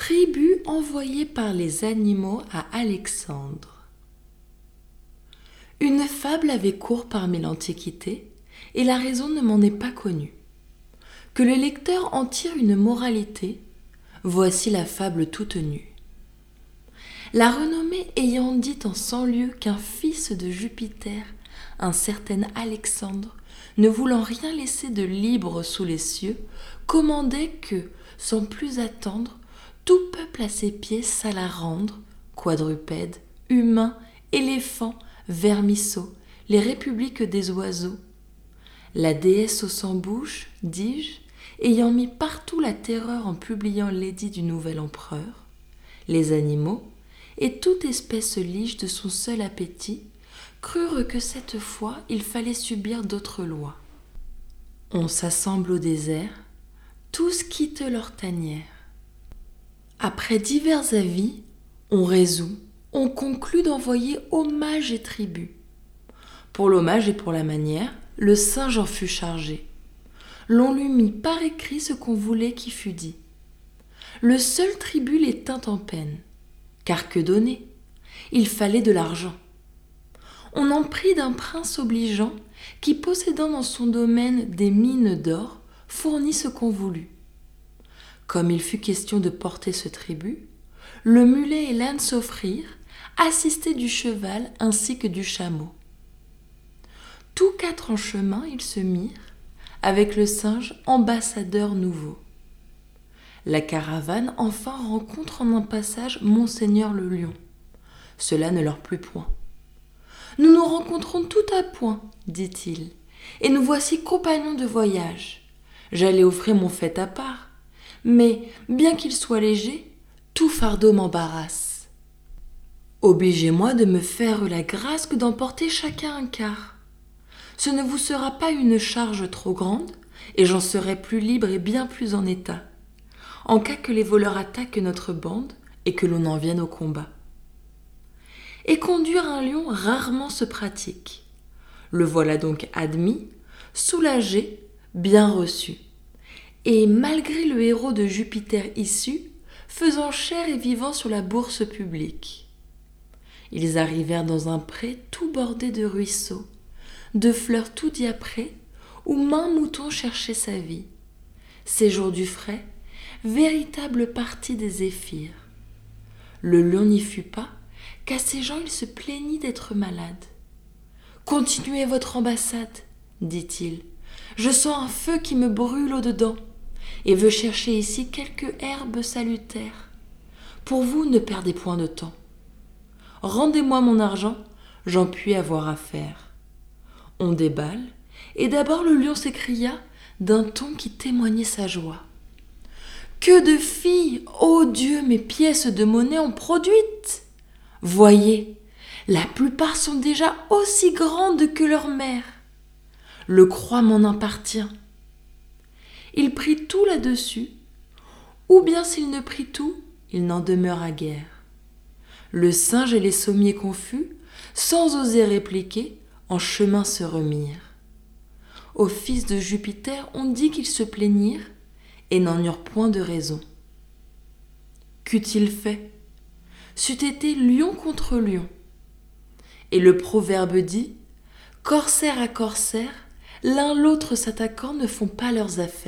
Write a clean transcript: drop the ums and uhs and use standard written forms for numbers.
Tribu envoyée par les animaux à Alexandre. Une fable avait cours parmi l'Antiquité, et la raison ne m'en est pas connue. Que le lecteur en tire une moralité, voici la fable toute nue. La renommée ayant dit en 100 lieues qu'un fils de Jupiter, un certain Alexandre, ne voulant rien laisser de libre sous les cieux, commandait que, sans plus attendre, tout peuple à ses pieds s'alla rendre, quadrupèdes, humains, éléphants, vermisseaux, les républiques des oiseaux. La déesse aux 100 bouches, dis-je, ayant mis partout la terreur en publiant l'édit du nouvel empereur, les animaux, et toute espèce lige de son seul appétit, crurent que cette fois il fallait subir d'autres lois. On s'assemble au désert, tous quittent leur tanière. Après divers avis, on résout, on conclut d'envoyer hommage et tribut. Pour l'hommage et pour la manière, le singe en fut chargé. L'on lui mit par écrit ce qu'on voulait qui fût dit. Le seul tribut les tint en peine, car que donner? Il fallait de l'argent. On en prit d'un prince obligeant qui, possédant dans son domaine des mines d'or, fournit ce qu'on voulut. Comme il fut question de porter ce tribut, le mulet et l'âne s'offrirent, assistés du cheval ainsi que du chameau. Tous quatre en chemin ils se mirent, avec le singe ambassadeur nouveau. La caravane enfin rencontre en un passage Monseigneur le lion. Cela ne leur plut point. « Nous nous rencontrons tout à point, dit-il, et nous voici compagnons de voyage. J'allais offrir mon fait à part, mais, bien qu'il soit léger, tout fardeau m'embarrasse. Obligez-moi de me faire la grâce que d'emporter chacun un quart. Ce ne vous sera pas une charge trop grande, et j'en serai plus libre et bien plus en état, en cas que les voleurs attaquent notre bande et que l'on en vienne au combat. Et conduire un lion rarement se pratique. Le voilà donc admis, soulagé, bien reçu. Et malgré le héros de Jupiter issu, faisant chair et vivant sur la bourse publique. Ils arrivèrent dans un pré tout bordé de ruisseaux, de fleurs tout diaprées, où maint mouton cherchait sa vie. Séjour du frais, véritable partie des zéphyrs. Le lion n'y fut pas, qu'à ces gens il se plaignit d'être malade. « Continuez votre ambassade, dit-il. Je sens un feu qui me brûle au-dedans, et veux chercher ici quelque herbe salutaire. Pour vous, ne perdez point de temps. Rendez-moi mon argent, j'en puis avoir affaire. » On déballe, et d'abord le lion s'écria d'un ton qui témoignait sa joie. « Que de filles, ô Dieu, mes pièces de monnaie ont produites! Voyez, la plupart sont déjà aussi grandes que leur mère. Le croix m'en appartient. » Il prit tout là-dessus, ou bien s'il ne prit tout, il n'en demeura guère. Le singe et les sommiers confus, sans oser répliquer, en chemin se remirent. Au fils de Jupiter, on dit qu'ils se plaignirent et n'en eurent point de raison. Qu'eût-il fait? C'eût été lion contre lion. Et le proverbe dit « Corsaire à corsaire, l'un l'autre s'attaquant ne font pas leurs affaires. »